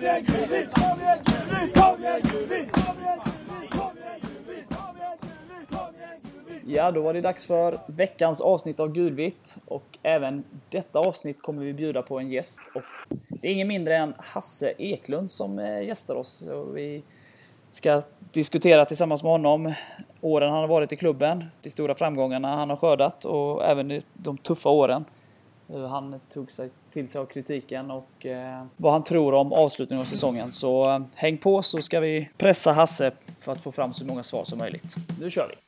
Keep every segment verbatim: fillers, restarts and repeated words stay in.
igen Gulvitt! Kom igen Gulvitt! Kom igen Gulvitt! Kom igen Gulvitt! Kom igen Gulvitt! Kom igen Gulvitt! Kom igen Gulvitt! Ja, då var det dags för veckans avsnitt av Gulvitt. Och även detta avsnitt kommer vi bjuda på en gäst. Och det är ingen mindre än Hasse Eklund som gästar oss. Och vi ska diskutera tillsammans med honom åren han har varit i klubben, de stora framgångarna han har skördat och även de tuffa åren. Hur han tog sig till sig av kritiken och eh, vad han tror om avslutningen av säsongen. Så eh, häng på så ska vi pressa Hasse för att få fram så många svar som möjligt. Nu kör vi!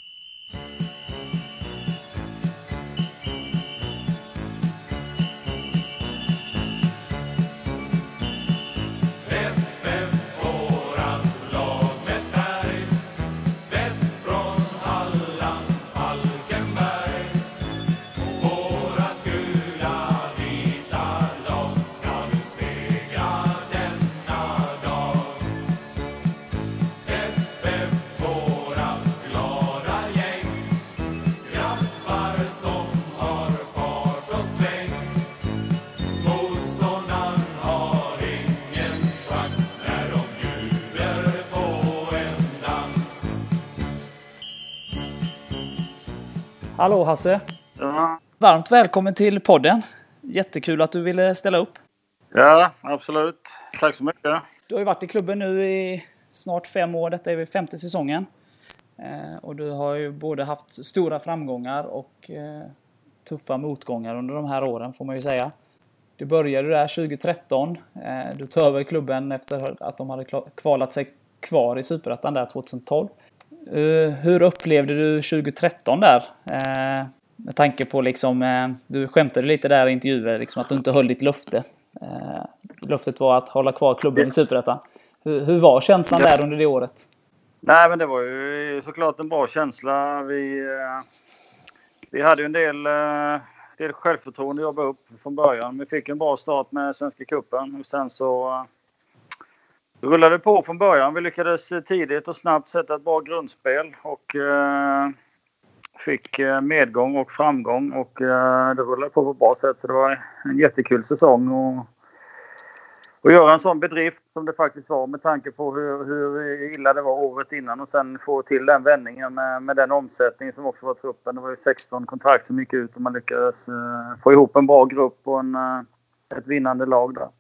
Hallå Hasse. Ja. Varmt välkommen till podden. Jättekul att du ville ställa upp. Ja, absolut. Tack så mycket. Du har ju varit i klubben nu i snart fem år. Detta är väl femte säsongen. Eh, och du har ju både haft stora framgångar och eh, tuffa motgångar under de här åren får man ju säga. Du började där tjugo tretton. Eh, du tog över klubben efter att de hade kvalat sig kvar i Superettan där tjugohundratolv. Uh, hur upplevde du tjugo tretton där? Uh, med tanke på liksom, uh, du skämtade lite där i intervjuer liksom, att du inte höll ditt löfte. Uh, löftet var att hålla kvar klubben i Superettan. Hur, hur var känslan där under det året? Nej, men det var ju såklart en bra känsla. Vi, uh, vi hade ju en del, uh, del självförtroende att jobba upp från början. Vi fick en bra start med Svenska cupen och sen så uh, rullade på från början. Vi lyckades tidigt och snabbt sätta ett bra grundspel och eh, fick medgång och framgång och eh, det rullade på på bra sätt. Så det var en jättekul säsong och, och göra en sån bedrift som det faktiskt var med tanke på hur, hur illa det var året innan och sen få till den vändningen med, med den omsättning som också var truppen. Det var ju sexton kontrakt som gick ut och man lyckades eh, få ihop en bra grupp och en, eh, ett vinnande lag där.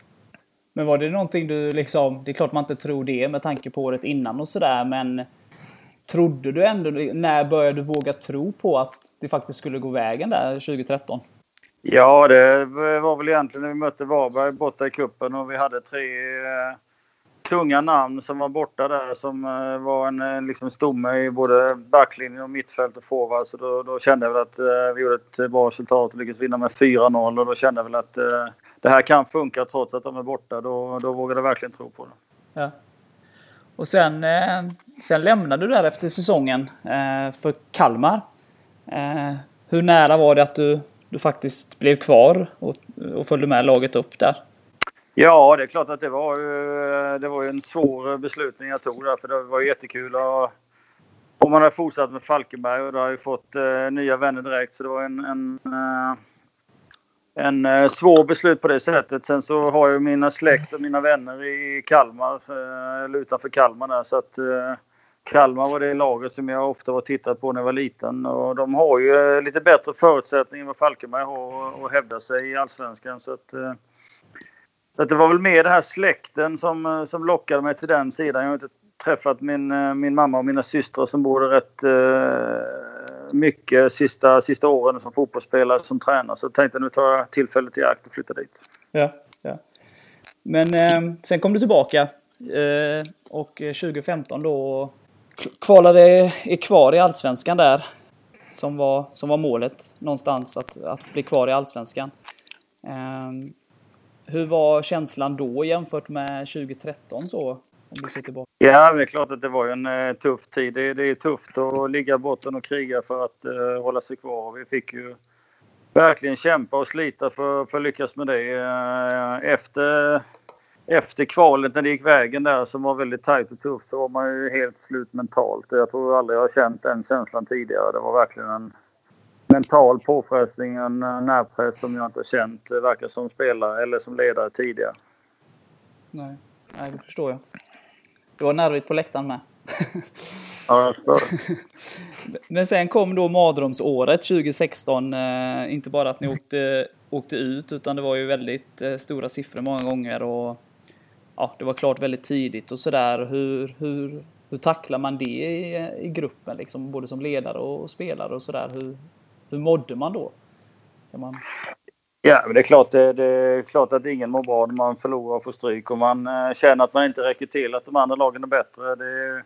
Men var det någonting du liksom, det är klart man inte tror det med tanke på året innan och sådär, men trodde du ändå, när började du våga tro på att det faktiskt skulle gå vägen där tjugo tretton? Ja, det var väl egentligen när vi mötte Varberg borta i kuppen och vi hade tre eh, tunga namn som var borta där som eh, var en eh, liksom stomme i både backlinjen och mittfält och forward. Så då, då kände jag väl att eh, vi gjorde ett bra resultat och lyckades vinna med fyra noll och då kände jag väl att eh, det här kan funka trots att de är borta. Då, då vågade jag verkligen tro på det. Ja. Och sen, eh, sen lämnade du där efter säsongen eh, för Kalmar. Eh, hur nära var det att du, du faktiskt blev kvar och, och följde med laget upp där? Ja, det är klart att det var ju, det var ju en svår beslutning jag tog där. För det var jättekul och, och man har fortsatt med Falkenberg och då har ju fått eh, nya vänner direkt. Så det var en... en eh, En eh, svår beslut på det sättet. Sen så har jag mina släkt och mina vänner i Kalmar, eh, eller utanför Kalmar där. Så att eh, Kalmar var det laget som jag ofta var tittat på när jag var liten. Och de har ju eh, lite bättre förutsättningar än vad Falkenberg har att hävda sig i Allsvenskan. Så att, eh, att det var väl mer det här släkten som, som lockade mig till den sidan. Jag har inte träffat min, min mamma och mina systrar som bor rätt eh, mycket sista, sista åren som fotbollsspelare, som tränare. Så jag tänkte nu tar jag tillfället i akt och flytta dit. Ja, ja. Men eh, sen kom du tillbaka eh, och tjugo femton då kvalade är kvar i Allsvenskan där. Som var, som var målet någonstans att, att bli kvar i Allsvenskan. Eh, hur var känslan då jämfört med tjugo tretton så? Om du ser tillbaka. Ja, det är klart att det var en uh, tuff tid. Det, det är tufft att ligga botten och kriga för att uh, hålla sig kvar. Vi fick ju verkligen kämpa och slita för, för att lyckas med det. Uh, efter, efter kvalet när det gick vägen där som var väldigt tajt och tufft så var man ju helt slut mentalt. Jag tror aldrig jag har känt den känslan tidigare. Det var verkligen en mental påfrestning, en nervpress som jag inte har känt varken som spelare eller som ledare tidigare. Nej, nej, det förstår jag. Det var nervigt på läktaren med. Ja, jag förstår det. Men sen kom då mardrömsåret tjugo sexton. Eh, inte bara att ni åkte, åkte ut, utan det var ju väldigt eh, stora siffror många gånger. Och ja, det var klart väldigt tidigt och sådär. Hur, hur, hur tacklar man det i, i gruppen, liksom, både som ledare och spelare och sådär? Hur, hur mådde man då? Kan man... Ja, men det är klart, det, det är klart att ingen mår bra när man förlorar och får stryk. Och man eh, känner att man inte räcker till, att de andra lagen är bättre. Det är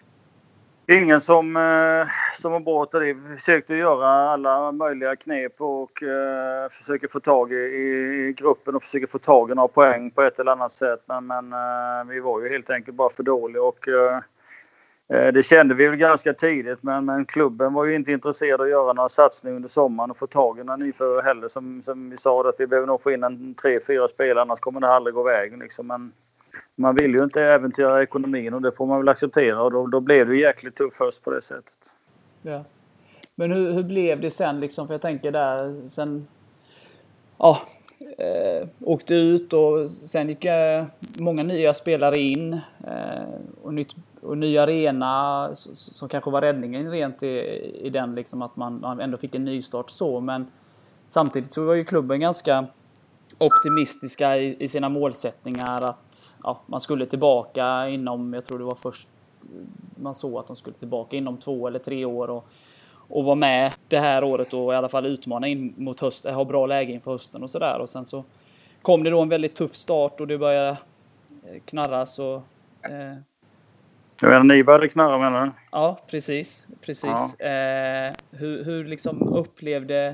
ingen som, eh, som mår bra av det. Vi försökte göra alla möjliga knep och eh, försöker få tag i, i gruppen och försöker få tag i några poäng på ett eller annat sätt. Men, men eh, vi var ju helt enkelt bara för dåliga och eh, det kände vi väl ganska tidigt, men, men klubben var ju inte intresserad av att göra några satsningar under sommaren och få tag i några nyförare heller. Som, som vi sa, att vi behöver nog få in en tre, fyra spelare, annars kommer det aldrig gå vägen. Liksom. Men man vill ju inte äventyra ekonomin och det får man väl acceptera, och då, då blev det ju jäkligt tufft först på det sättet. Ja. Men hur, hur blev det sen liksom? För jag tänker där sen... Ja... Eh, åkte ut och sen gick eh, många nya spelare in eh, och, nytt, och ny arena som, som kanske var räddningen rent i, i den liksom, att man, man ändå fick en nystart så, men samtidigt så var ju klubben ganska optimistiska i, i sina målsättningar att ja, man skulle tillbaka inom, jag tror det var först man såg att de skulle tillbaka inom två eller tre år och och vara med det här året och i alla fall utmana in mot hösten, ha bra läge inför hösten och sådär. Och sen så kom det då en väldigt tuff start och det började knarras och... Eh... Jag menar, ni började knarra, menar du? Ja, precis. precis. Ja. Eh, hur, hur liksom upplevde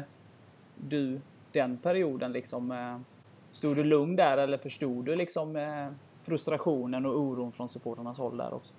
du den perioden? Liksom, eh, stod du lugn där eller förstod du liksom eh, frustrationen och oron från supporternas håll där också?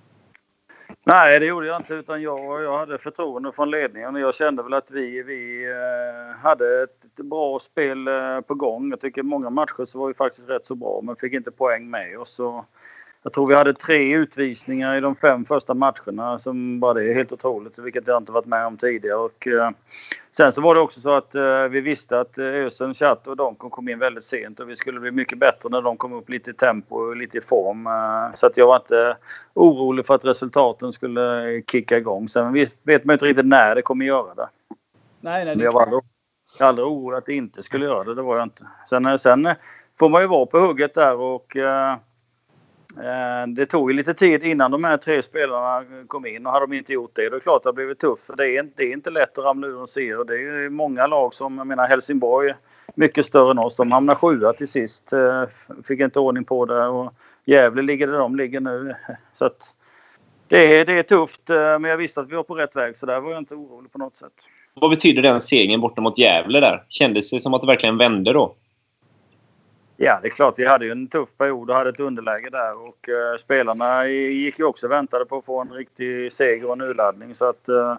Nej, det gjorde jag inte, utan jag, jag hade förtroende från ledningen och jag kände väl att vi, vi eh, hade ett, ett bra spel eh, på gång. Jag tycker många matcher så var vi faktiskt rätt så bra, men fick inte poäng med oss. Så jag tror vi hade tre utvisningar i de fem första matcherna som bara det är helt otroligt, vilket jag inte varit med om tidigare. Och, eh, sen så var det också så att eh, vi visste att eh, Ösen, Chatt och de kom in väldigt sent och vi skulle bli mycket bättre när de kom upp lite i tempo och lite i form. Eh, så att jag var inte orolig för att resultaten skulle kicka igång. Sen visst vet man inte riktigt när det kommer göra det. Nej, nej, det... Men jag var aldrig, aldrig orolig att det inte skulle göra det, det var jag inte. Sen, sen får man ju vara på hugget där och... Eh, Det tog ju lite tid innan de här tre spelarna kom in och hade de inte gjort det, då är det klart att det har blivit tufft. För det är inte, det är inte lätt att ramla ur en serie. Det är många lag som, jag menar Helsingborg, mycket större än oss. De hamnar sjua till sist. Fick inte ordning på det och Gävle ligger där de ligger nu. Så att det är, det är tufft, men jag visste att vi var på rätt väg så där var jag inte orolig på något sätt. Vad betyder den segern borta mot Gävle där? Kändes det som att det verkligen vände då? Ja, det är klart. Vi hade ju en tuff period och hade ett underläge där. Och uh, spelarna gick ju också och väntade på att få en riktig seger och en urladdning. Så att uh,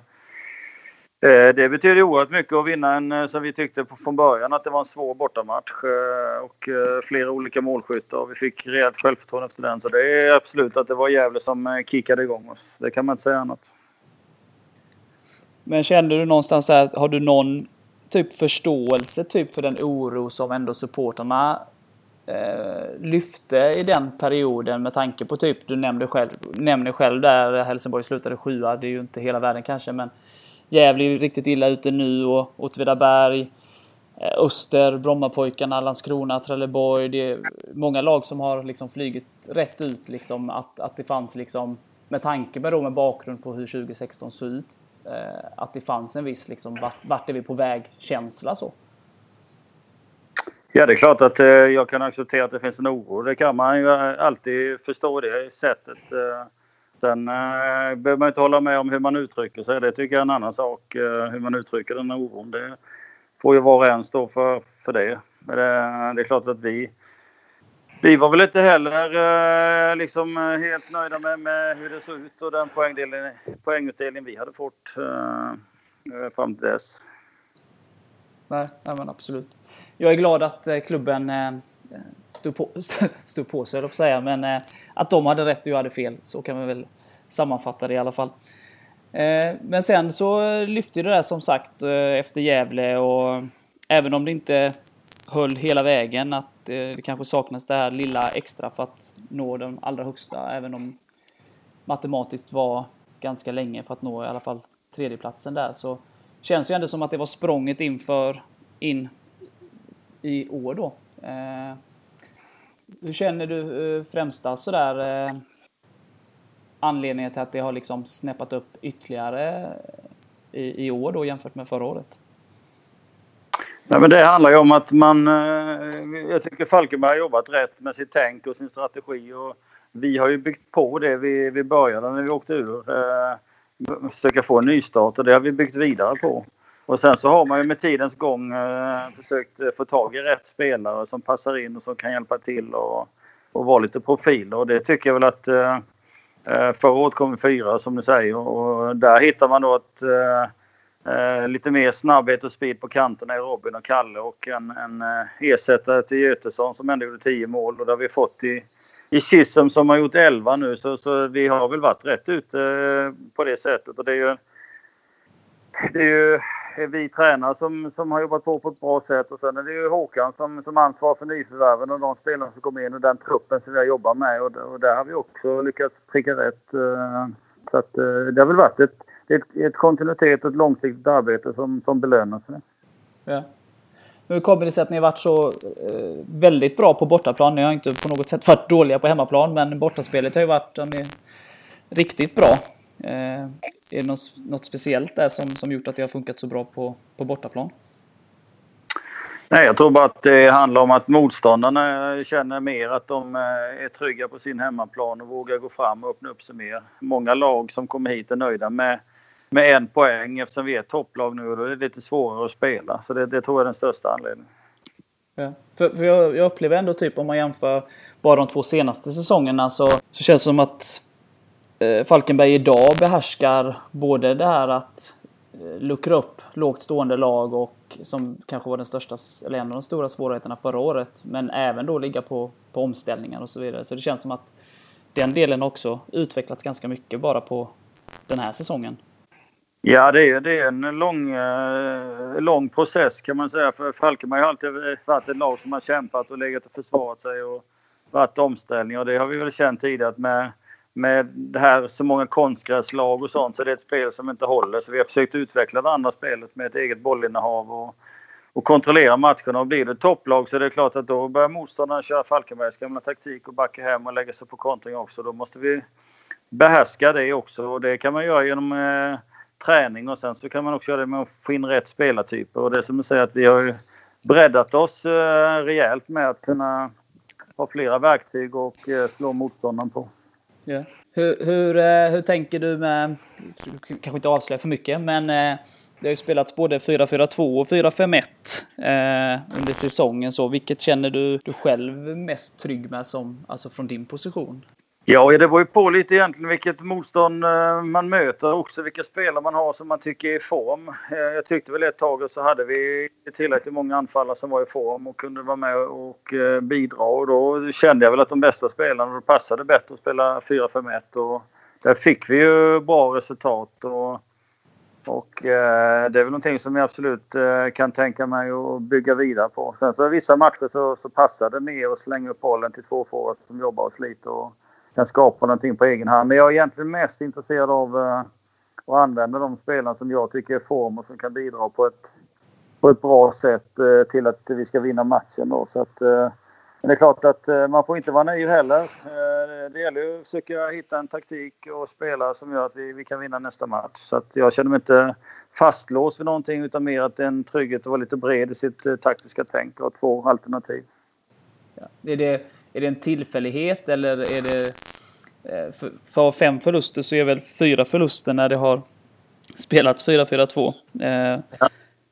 det betyder oerhört mycket att vinna en, som vi tyckte på, från början, att det var en svår bortamatch. Uh, och uh, flera olika målskyttar. Och vi fick rejält självförtroende efter den. Så det är absolut att det var Gävle som uh, kickade igång oss. Det kan man inte säga annat. Men kände du någonstans här, har du någon typ förståelse typ för den oro som ändå supporterna Eh, lyfte i den perioden med tanke på typ, du nämnde själv, nämnde själv där Helsingborg slutade sjua, det är ju inte hela världen kanske, men Gävle är ju riktigt illa ute nu och Åtvidaberg, eh, Öster, Brommapojkarna, Landskrona, Trelleborg, det är många lag som har liksom flygit rätt ut liksom, att, att det fanns liksom, med tanke med, då, med bakgrund på hur tjugo sexton såg ut, eh, att det fanns en viss liksom, vart, vart är vi på väg känsla så. Ja, det är klart att eh, jag kan acceptera att det finns en oro. Det kan man ju alltid förstå det sättet. Eh, sen eh, behöver man inte hålla med om hur man uttrycker sig. Det tycker jag är en annan sak. Eh, hur man uttrycker den oron. Det får ju var och en stå för, för det. Men det, det är klart att vi, vi var väl inte heller eh, liksom helt nöjda med, med hur det såg ut. Och den poängutdelning vi hade fått eh, fram till dess. Nej, nej men absolut. Jag är glad att klubben eh, stod, på, stod på sig, att säga, men eh, att de hade rätt och jag hade fel. Så kan man väl sammanfatta det i alla fall. Eh, men sen så lyfte det där som sagt eh, efter Gävle, och även om det inte höll hela vägen, att det, det kanske saknas det här lilla extra för att nå den allra högsta, även om matematiskt var ganska länge för att nå i alla fall tredjeplatsen där, så känns det ändå som att det var språnget inför in i år då. Eh, hur känner du eh, främsta sådär eh, anledningen till att det har liksom snäppat upp ytterligare i, i år då jämfört med förra året? Nej, men det handlar ju om att man, jag tycker Falkenberg har jobbat rätt med sitt tänk och sin strategi, och vi har ju byggt på det vi, vi började när vi åkte ur, eh, försöka få en nystart, och det har vi byggt vidare på. Och sen så har man ju med tidens gång eh, försökt få tag i rätt spelare som passar in och som kan hjälpa till och, och vara lite profiler, och det tycker jag väl att eh, förra året kom vi fyra som du säger, och där hittar man då ett eh, Uh, lite mer snabbhet och speed på kanterna i Robin och Kalle, och en, en uh, ersättare till Götesson som ändå gjorde tio mål, och det har vi fått i, i Kissem som har gjort elva nu, så, så vi har väl varit rätt ute uh, på det sättet, och det är ju, det är ju vi tränare som, som har jobbat på på ett bra sätt, och sen är det ju Håkan som, som ansvarar för nyförvärven och de spelarna som kommer in och den truppen som vi har jobbat med, och, och där har vi också lyckats pricka rätt, uh, så att uh, det har väl varit ett Det är ett, ett kontinuitet och ett långsiktigt arbete som, som belönas. Ja. Hur kommer det sig att ni har varit så eh, väldigt bra på bortaplan? Ni har inte på något sätt varit dåliga på hemmaplan, men bortaspelet har ju varit ni, riktigt bra. Eh, är det något, något speciellt där som, som gjort att det har funkat så bra på, på bortaplan? Nej, jag tror bara att det handlar om att motståndarna känner mer att de är trygga på sin hemmaplan och vågar gå fram och öppna upp sig mer. Många lag som kommer hit är nöjda med, med en poäng, eftersom vi är ett topplag nu, och då är det lite svårare att spela. Så det, det tror jag är den största anledningen. Ja, för, för jag, jag upplever ändå typ, om man jämför bara de två senaste säsongerna, så, så känns det som att eh, Falkenberg idag behärskar både det här att eh, luckra upp lågt stående lag, och som kanske var den största, eller en av de stora svårigheterna förra året, men även då ligga på, på omställningar och så vidare. Så det känns som att den delen också utvecklats ganska mycket bara på den här säsongen. Ja, det är, det är en lång, eh, lång process kan man säga. För Falkenberg har alltid varit ett lag som har kämpat och legat och försvarat sig och varit omställningar. Och det har vi väl känt tidigare att med, med det här så många konstgräslag och sånt, så det är ett spel som inte håller. Så vi har försökt utveckla det andra spelet med ett eget bollinnehav och, och kontrollera matcherna. Och blir det topplag så är det klart att då börjar motståndarna köra Falkenbergs gamla taktik och backa hem och lägga sig på kontring också. Då måste vi behärska det också, och det kan man göra genom eh, träning, och sen så kan man också göra det med att få in rätt spelartyper. Och det är som att säga att vi har breddat oss eh, rejält med att kunna ha flera verktyg och eh, slå motståndaren på. Ja. Hur, hur, eh, hur tänker du med, du kanske inte avslöja för mycket, men eh, det har ju spelats både fyra fyra två och fyra fem ett eh, under säsongen, så vilket känner du, du själv mest trygg med som, alltså från din position? Ja, det var ju på lite egentligen vilket motstånd man möter, också vilka spelare man har som man tycker är i form. Jag tyckte väl ett tag så hade vi tillräckligt många anfallare som var i form och kunde vara med och bidra, och då kände jag väl att de bästa spelarna, då passade bättre att spela fyra fem ett, och där fick vi ju bra resultat, och, och det är väl någonting som jag absolut kan tänka mig att bygga vidare på. Sen så i vissa matcher så, så passade det mer att slänga upp bollen till två forwards som jobbar och sliter och kan skapa någonting på egen hand. Men jag är egentligen mest intresserad av uh, att använda de spelarna som jag tycker är i form och som kan bidra på ett, på ett bra sätt uh, till att vi ska vinna matchen. Då. Så att, uh, men det är klart att uh, man får inte vara naiv heller. Uh, det gäller ju att försöka hitta en taktik och spela som gör att vi, vi kan vinna nästa match. Så att jag känner mig inte fastlåst vid någonting, utan mer att det är en trygghet att vara lite bred i sitt uh, taktiska tänk och två alternativ. Ja, är det... Är det en tillfällighet, eller är det för, för fem förluster så är väl fyra förluster när det har spelats fyra fyra två? Eh, ja.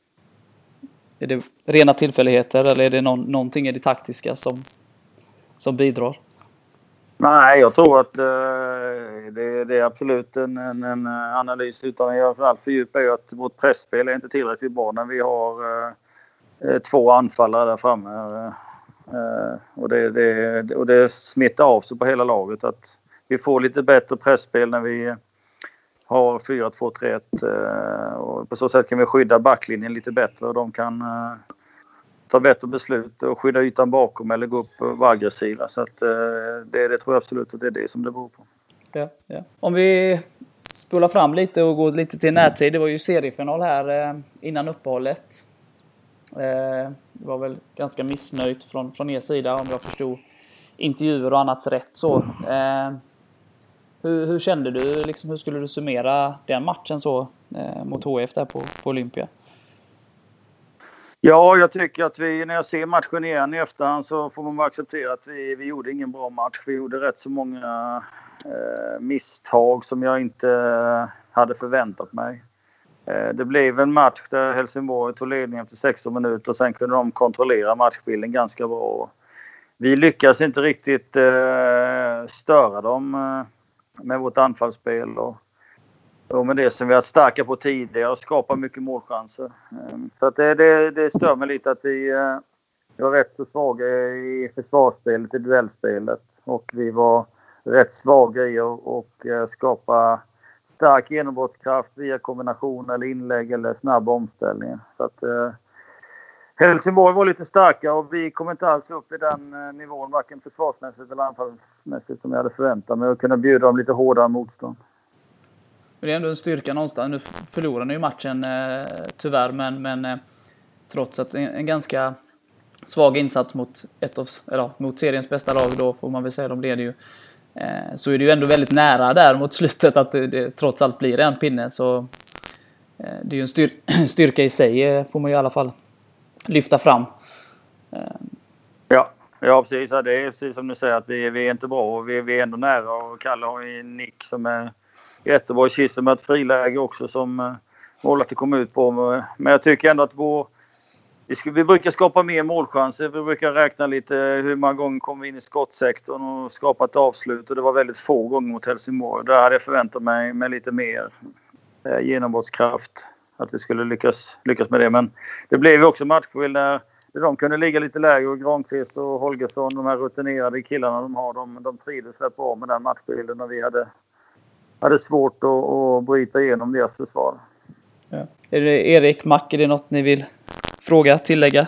Är det rena tillfälligheter, eller är det någon, någonting i det taktiska som, som bidrar? Nej, jag tror att eh, det, det är absolut en, en, en analys utan att göra för allt fördjupa, är att vårt pressspel är inte tillräckligt bra när vi har eh, två anfallare där framme. Eh. Uh, och, det, det, och det smittar av sig på hela laget att vi får lite bättre pressspel när vi har fyra två tre ett, uh, och på så sätt kan vi skydda backlinjen lite bättre, och de kan uh, ta bättre beslut och skydda ytan bakom eller gå upp och vara aggressiva. Så att, det, det tror jag absolut att det är det som det beror på. Ja, ja. Om vi spolar fram lite och går lite till närtid. Det var ju seriefinal här innan uppehållet. Det var väl ganska missnöjt från, från er sida om jag förstod intervjuer och annat rätt så. Hur, hur kände du, liksom, hur skulle du summera den matchen så mot H F där på, på Olympia? Ja, jag tycker att vi, när jag ser matchen igen i efterhand så får man bara acceptera att vi, vi gjorde ingen bra match. Vi gjorde rätt så många eh, misstag som jag inte hade förväntat mig. Eh, det blev en match där Helsingborg tog ledning efter sexton minuter och sen kunde de kontrollera matchbilden ganska bra. Vi lyckas inte riktigt eh, störa dem eh, med vårt anfallsspel och Och med det som vi har starka på tidigare och skapar mycket målchanser. Så att det, det, det stör mig lite att vi, vi var rätt så svaga i försvarsspelet, i duellspelet. Och vi var rätt svaga i att och skapa stark genombrottskraft via kombination eller inlägg eller snabba omställningar. Så att, eh, Helsingborg var lite starka och vi kom inte alls upp i den eh, nivån, varken försvarsmässigt eller anfallsmässigt, som jag hade förväntat mig. Att kunna bjuda dem lite hårdare motstånd. Men det är ändå en styrka någonstans. Nu förlorar ni ju matchen eh, tyvärr, men, men eh, trots att en, en ganska svag insats mot, ett av, eller, mot seriens bästa lag, då får man väl säga, de leder ju. Eh, så är det ju ändå väldigt nära där mot slutet att det, det trots allt blir en pinne. Så eh, det är ju en styr, styrka i sig, eh, får man ju i alla fall lyfta fram. Eh. Ja. Ja, precis. Det är precis som du säger att vi, vi är inte bra och vi, vi är ändå nära. Och Kalle har ju en nick som är jättebra. Kissen med ett friläge också som uh, målet kom ut på. Men jag tycker ändå att vår, vi, ska, vi brukar skapa mer målchanser. Vi brukar räkna lite hur många gånger kommer vi in i skottsektorn och skapa ett avslut. Och det var väldigt få gånger mot Helsingborg. Där hade jag förväntat mig med lite mer eh, genombrottskraft. Att vi skulle lyckas, lyckas med det. Men det blev ju också matchbild där de kunde ligga lite lägre och Granqvist och Holgersson, de här rutinerade killarna de har, de, de trivdes rätt bra med den matchbilden och vi hade, hade svårt att, att bryta igenom deras försvar. Ja. Är det Erik, Mack, är det något ni vill fråga, tillägga?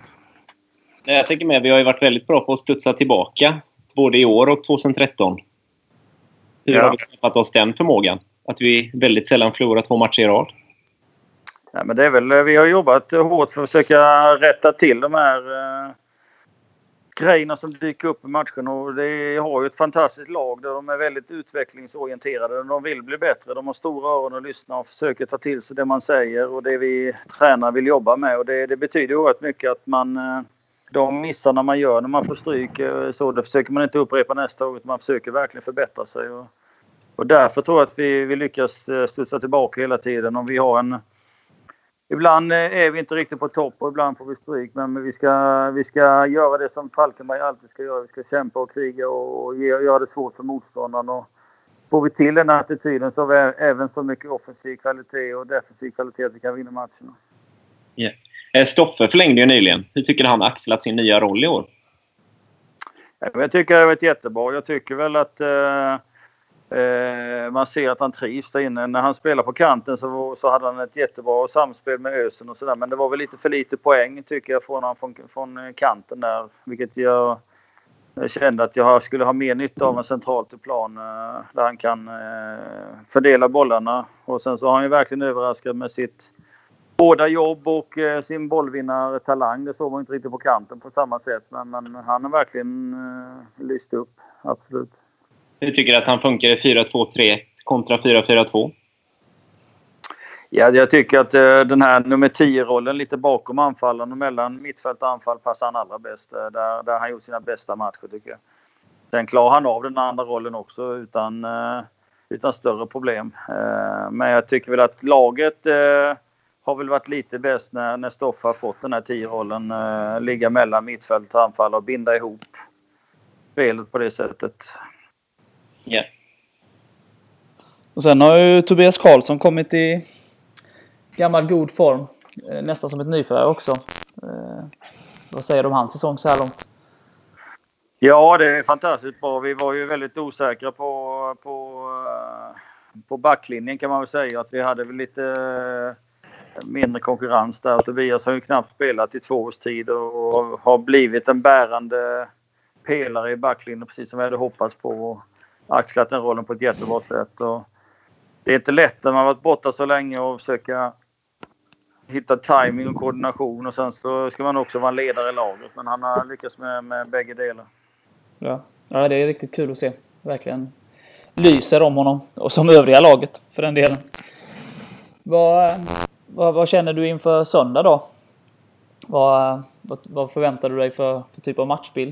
Jag tänker med, vi har ju varit väldigt bra på att studsa tillbaka både i år och tjugohundratretton. Hur ja. har vi skapat oss den förmågan? Att vi väldigt sällan förlorar två matcher i rad. Ja, men det är väl, vi har jobbat hårt för att försöka rätta till de här eh, grejerna som dyker upp i matchen. Och det har ju ett fantastiskt lag där de är väldigt utvecklingsorienterade. De vill bli bättre. De har stora öron och lyssnar och försöker ta till sig det man säger och det vi tränar vill jobba med. Och det, det betyder oerhört mycket att man, eh, de missarna man gör när man får stryk, eh, så det försöker man inte upprepa nästa år. Man försöker verkligen förbättra sig. Och, och därför tror jag att vi, vi lyckas studsa tillbaka hela tiden. Om vi har en Ibland är vi inte riktigt på topp och ibland får vi stryk. Men vi ska, vi ska göra det som Falkenberg alltid ska göra. Vi ska kämpa och kriga och göra det svårt för motståndaren. Och får vi till den här attityden så har vi även så mycket offensiv kvalitet och defensiv kvalitet att vi kan vinna matcherna. Yeah. Stoffe förlängde ju nyligen. Hur tycker han axlat sin nya roll i år? Jag tycker det har varit jättebra. Jag tycker väl att Eh, Eh, man ser att han trivs där inne. När han spelar på kanten så, så hade han ett jättebra samspel med Ösen och sådär. Men det var väl lite för lite poäng tycker jag från, från, från kanten där. Vilket jag, jag kände att jag skulle ha mer nytta av en centralt i plan. Eh, där han kan eh, fördela bollarna. Och sen så har han ju verkligen överraskat med sitt båda jobb och eh, sin bollvinnartalang. Det såg man inte riktigt på kanten på samma sätt. Men, men han har verkligen eh, lyst upp. Absolut. Du tycker att han funkar i fyra två tre kontra fyra fyra två? Ja, jag tycker att uh, den här nummer tio-rollen lite bakom anfallen och mellan mittfält och anfall passar han allra bäst. Uh, där, där han gjort sina bästa matcher tycker jag. Sen klarar han av den andra rollen också utan, uh, utan större problem. Uh, men jag tycker väl att laget uh, har väl varit lite bäst när, när Stoffe har fått den här tio-rollen. Uh, ligga mellan mittfält och anfall och binda ihop spelet på det sättet. Yeah. Och sen har ju Tobias Karlsson kommit i gammal god form. Nästan som ett nyförvärv också. Eh, vad säger du om hans säsong så här långt? Ja, det är fantastiskt bra. Vi var ju väldigt osäkra på, på, på backlinjen kan man väl säga. Att vi hade väl lite mindre konkurrens där. Tobias har ju knappt spelat i två års tid och har blivit en bärande pelare i backlinjen precis som vi hade hoppats på och axlat den rollen på ett jättebra sätt. Och det är inte lätt när man varit borta så länge och försöka hitta timing och koordination och sen så ska man också vara en ledare i laget, men han har lyckats med, med bägge delar. Ja. Ja, det är riktigt kul att se. Verkligen lyser om honom och som övriga laget för den delen. Vad, vad, vad känner du inför söndag då? Vad, vad, vad förväntar du dig för, för typ av matchbild?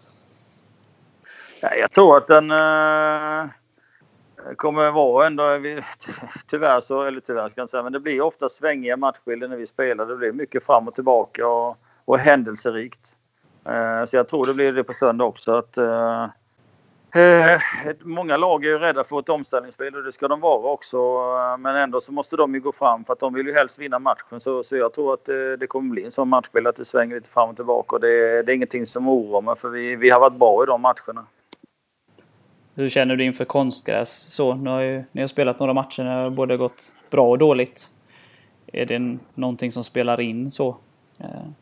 Ja, jag tror att den eh, kommer vara ändå, tyvärr så, eller tyvärr ska jag säga, men det blir ofta svängiga matchbilder när vi spelar. Det blir mycket fram och tillbaka och, och händelserikt. Eh, så jag tror det blir det på söndag också. Att, eh, eh, många lag är ju rädda för ett omställningsspel och det ska de vara också. Men ändå så måste de ju gå fram för att de vill ju helst vinna matchen. Så, så jag tror att eh, det kommer bli en sån matchbild att det svänger lite fram och tillbaka. Och det, det är ingenting som oroar mig för vi, vi har varit bra i de matcherna. Hur känner du inför konstgräs? Så, nu har ju, ni har spelat några matcher när det har både gått bra och dåligt. Är det någonting som spelar in så? Eh.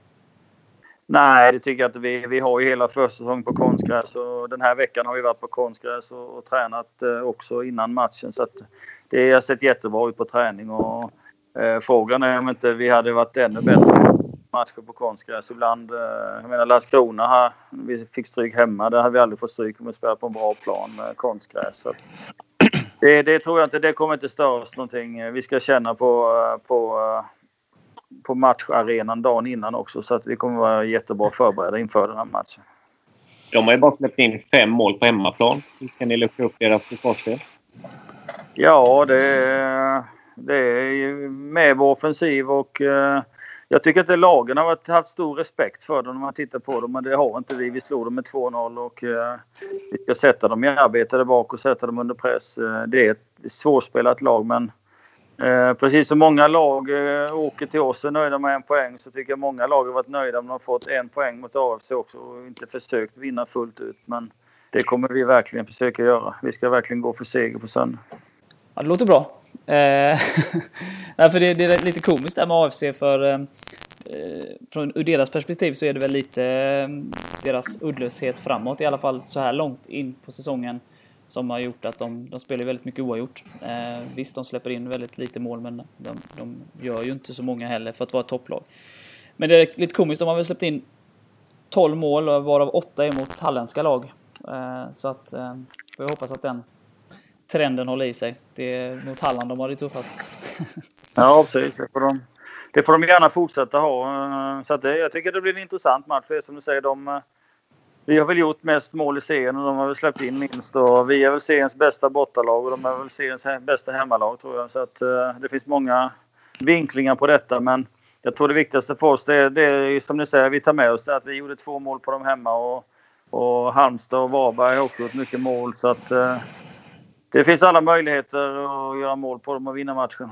Nej, det tycker jag att vi, vi har ju hela försäsongen på konstgräs och den här veckan har vi varit på konstgräs och, och tränat eh, också innan matchen. Så att det har sett jättebra ut på träning och eh, frågan är om inte vi hade varit ännu bättre matcher på konstgräs. Ibland, eh, jag menar Landskrona här, vi fick stryk hemma, där hade vi aldrig fått stryk om vi spelar på en bra plan med konstgräs. Så att det, det tror jag inte, det kommer inte störa oss någonting. Vi ska känna på, på på matcharenan dagen innan också så att vi kommer vara jättebra förberedda inför den här matchen. De har ju bara släppt in fem mål på hemmaplan. Hur ska ni luckra upp deras försvarsspel? Ja, det är, det är med vår offensiv och eh, jag tycker att det lagen har haft stor respekt för dem när man tittar på dem, men det har inte vi. Vi slog dem med två noll och eh, vi ska sätta dem i arbete där bak och sätta dem under press. Det är ett svårspelat lag, men Eh, precis som många lag eh, åker till oss och är nöjda med en poäng, så tycker jag många lag har varit nöjda om de har fått en poäng mot A F C också och inte försökt vinna fullt ut. Men det kommer vi verkligen försöka göra. Vi ska verkligen gå för seger på söndag. Ja, det låter bra. Eh, nej, för det, det är lite komiskt där med A F C för eh, från ur deras perspektiv så är det väl lite eh, deras uddlöshet framåt, i alla fall så här långt in på säsongen, som har gjort att de, de spelar väldigt mycket oavgjort. Eh, visst, de släpper in väldigt lite mål, men de, de gör ju inte så många heller för att vara ett topplag. Men det är lite komiskt, de har väl släppt in tolv mål, varav åtta är mot halländska lag. Eh, så att eh, vi hoppas att den trenden håller i sig. Det är mot Halland de har det tuffast. Ja, precis. Det får de, det får de gärna fortsätta ha. Så att det, jag tycker det blir en intressant match. För som du säger, de... Vi har väl gjort mest mål i serien och de har väl släppt in minst. Och vi är väl seriens bästa bortalag och de är väl seriens bästa hemmalag, tror jag. Så att uh, det finns många vinklingar på detta. Men jag tror det viktigaste för oss, det är, det är som ni säger, vi tar med oss det att vi gjorde två mål på dem hemma. Och, och Halmstad och Varberg har också gjort mycket mål. Så att uh, det finns alla möjligheter att göra mål på dem och vinna matchen.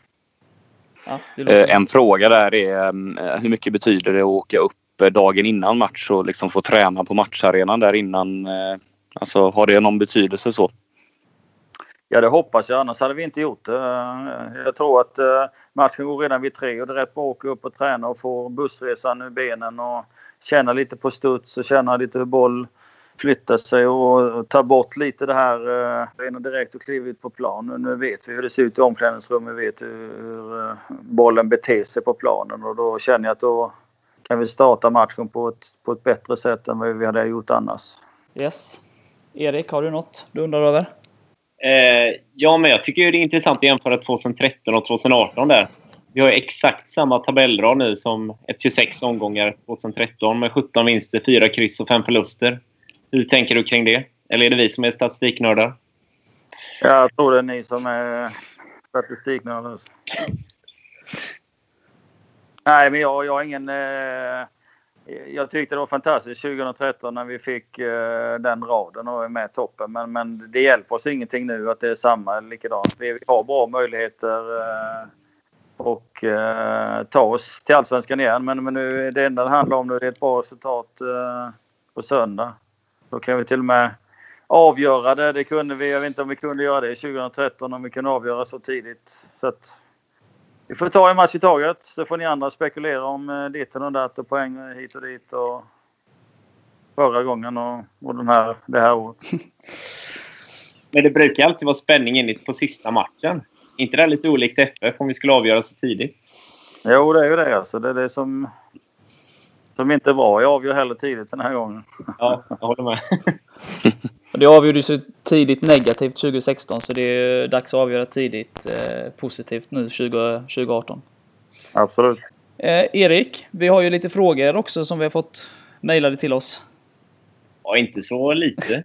Ja, en fråga där är hur mycket betyder det att åka upp dagen innan match och liksom få träna på matcharenan där innan? Alltså, har det någon betydelse så? Ja, det hoppas jag. Annars hade vi inte gjort det. Jag tror att matchen går redan vid tre och det är rätt bra att åka upp och träna och få bussresan ur benen och känna lite på studs och känna lite hur boll flyttar sig och ta bort lite det här rena direkt och kliva ut på plan. Nu vet vi hur det ser ut i omklädningsrummet. Vi vet hur bollen beter sig på planen och då känner jag att då kan vi starta matchen på ett, på ett bättre sätt än vad vi hade gjort annars. Yes. Erik, har du något du undrar över? Eh, ja, men jag tycker ju det är intressant att jämföra tjugohundratretton och tjugohundratarton där. Vi har exakt samma tabellrad nu som ett tjugosex omgångar tjugohundratretton med sjutton vinster, fyra kryss och fem förluster. Hur tänker du kring det? Eller är det vi som är statistiknördar? Jag tror det är ni som är statistiknördar. Nej, men jag, jag har ingen... Eh, jag tyckte det var fantastiskt tjugohundratretton när vi fick eh, den raden och är med toppen. Men, men det hjälper oss ingenting nu att det är samma eller likadant. Vi, vi har bra möjligheter eh, och eh, ta oss till Allsvenskan igen. Men, men nu, det enda det handlar om nu är ett bra resultat eh, på söndag. Då kan vi till och med avgöra det. Det kunde vi, jag vet inte om vi kunde göra det tjugohundratretton om vi kunde avgöra så tidigt. Så att Vi får ta en match i taget. Så får ni andra spekulera om ditten och datt och poäng hit och dit. Och förra gången och, och den här, det här året. Men det brukar alltid vara spänning in på sista matchen. Inte det lite olikt F F om vi skulle avgöra så tidigt? Jo, det är ju det. Alltså. Det är det som, som inte är bra. Jag avgör heller tidigt den här gången. Ja, jag håller med. Det avgjorde så tidigt negativt tjugo sexton, så det är dags att avgöra tidigt eh, positivt nu tjugo, tjugo arton. Absolut. Eh, Erik, vi har ju lite frågor också som vi har fått mejlade till oss. Ja, inte så lite.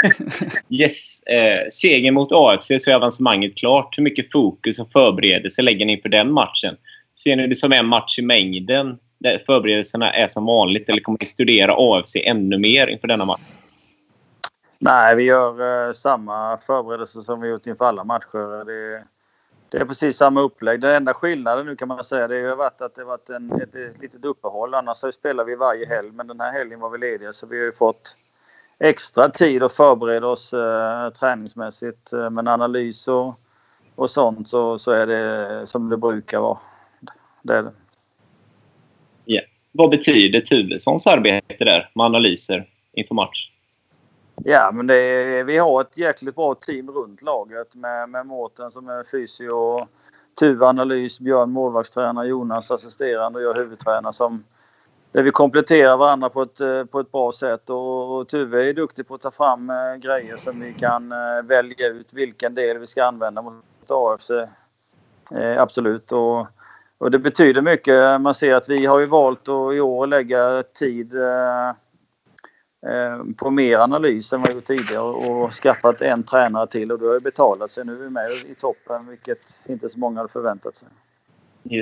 Yes. Eh, seger mot A F C så är avancemanget klart. Hur mycket fokus och förberedelse lägger ni för den matchen? Ser ni det som en match i mängden där förberedelserna är som vanligt, eller kommer ni studera A F C ännu mer inför denna match? Nej, vi gör eh, samma förberedelser som vi gjort inför alla matcher. Det, det är precis samma upplägg. Den enda skillnaden nu kan man säga, det har varit att det har varit en, ett, ett litet uppehåll. Annars så spelar vi varje helg, men den här helgen var vi lediga, så vi har ju fått extra tid att förbereda oss eh, träningsmässigt. Eh, men analys och, och sånt så, så är det som det brukar vara. Det är det. Yeah. Vad betyder Tuvessons arbete där med analyser inför match? Ja, men det är, vi har ett jäkligt bra team runt laget med, med Mårten som är fysio, Tuve analys, Björn målvaktstränare, Jonas assisterande och jag huvudtränare, som där vi kompletterar varandra på ett, på ett bra sätt. Och, och Tuve är duktig på att ta fram äh, grejer som vi kan äh, välja ut vilken del vi ska använda mot A F C. Äh, absolut. Och, och det betyder mycket. Man ser att vi har ju valt att i år lägga tid äh, på mer analys än vad vi gjort tidigare och skaffat en tränare till, och då har vi betalat sig. Nu är vi med i toppen, vilket inte så många hade förväntat sig. Yes.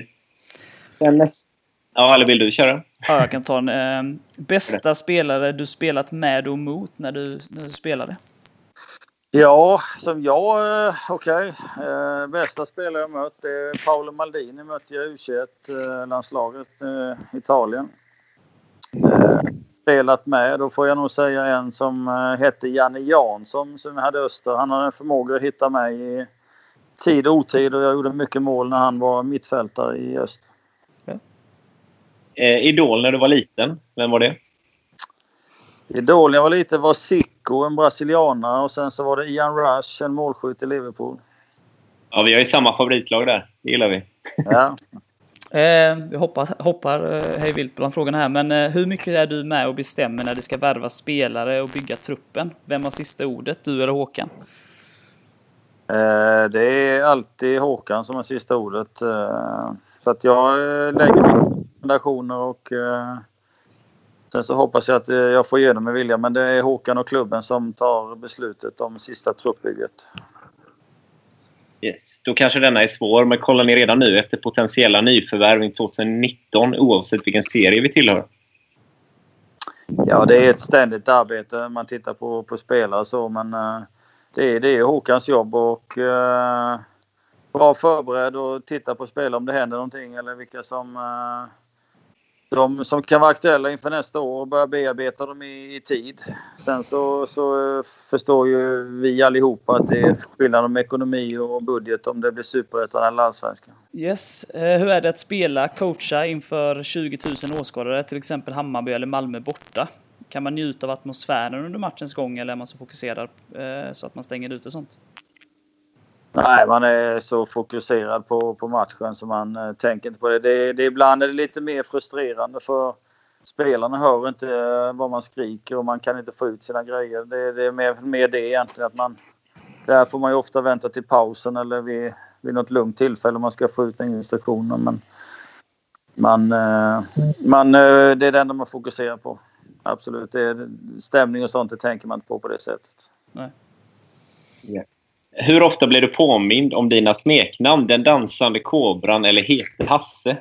Ja, eller vill du köra? Ja, jag kan ta en. Eh, bästa spelare du spelat med och mot när du, när du spelade? Ja, som jag, eh, okej. Okay. Eh, bästa spelare jag mött är Paolo Maldini, mötte jag i U tjugoett-landslaget eh, Italien. Eh, spelat med, då får jag nog säga en som hette Janne Jansson som hade Öster. Han hade en förmåga att hitta mig i tid och otid, och jag gjorde mycket mål när han var mittfältare i Öster. Ja. Eh, idol när du var liten, vem var det? Idol när jag var liten var Zico, en brasilianare, och sen så var det Ian Rush, en målskytt i Liverpool. Ja, vi har ju samma favoritlag där, det gillar vi. Ja. Eh, vi hoppar, hoppar eh, hej vilt bland frågorna här, men eh, hur mycket är du med och bestämmer när det ska värva spelare och bygga truppen? Vem har sista ordet, du eller Håkan? Eh, det är alltid Håkan som har sista ordet. Eh, så att jag eh, lägger rekommendationer och eh, sen så hoppas jag att eh, jag får igenom med vilja, men det är Håkan och klubben som tar beslutet om sista truppbygget. Yes. Då kanske denna är svår, men kollar ni redan nu efter potentiella nyförvärv tjugonitton oavsett vilken serie vi tillhör? Ja, det är ett ständigt arbete. Man tittar på, på spelare och så, men uh, det, är, det är Håkans jobb och uh, vara förberedd och titta på spelare om det händer någonting eller vilka som, uh, de, som kan vara aktuella inför nästa år och börja bearbeta dem i, i tid. Sen så, så förstår ju vi allihopa att det är skillnad om ekonomi och budget om det blir superettan eller allsvenskan. Yes. Eh, hur är det att spela, coacha inför tjugo tusen åskådare, till exempel Hammarby eller Malmö borta? Kan man njuta av atmosfären under matchens gång, eller är man så fokuserad eh, så att man stänger ut och sånt? Nej, man är så fokuserad på, på matchen så man eh, tänker inte på det. Det, det. Ibland är det lite mer frustrerande för spelarna hör inte eh, vad man skriker och man kan inte få ut sina grejer. Det, det är mer, mer det egentligen att man... Där får man ju ofta vänta till pausen eller vid, vid något lugnt tillfälle om man ska få ut den instruktionen. Men man, eh, man, eh, det är det enda man fokuserar på. Absolut, det är stämning och sånt, det tänker man inte på på det sättet. Nej. Yeah. Hur ofta blir du påmind om dina smeknamn? Den dansande kobran eller Hete Hasse?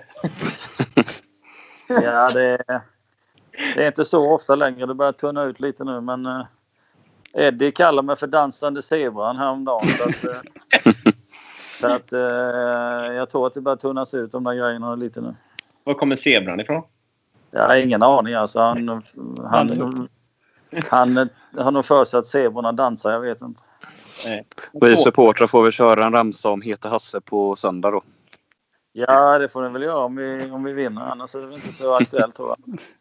Ja, det är, det är inte så ofta längre. Det börjar tunna ut lite nu. Men uh, Eddie kallar mig för dansande zebran häromdagen. Så att, uh, så att uh, jag tror att det börjar tunnas ut de där grejerna lite nu. Var kommer zebran ifrån? Jag har ingen aning. Alltså. Han, han, han, han har nog för sig att zebrorna dansar. Jag vet inte. Vi supportrar får väl köra en ramsa om Hete Hasse på söndag då. Ja, det får den väl göra om vi, om vi vinner. Annars är det inte så aktuellt, tror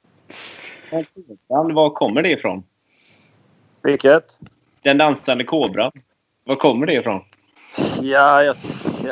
jag. Var kommer det ifrån? Vilket? Den dansande kobran. Var kommer det ifrån? Ja, jag... Ja.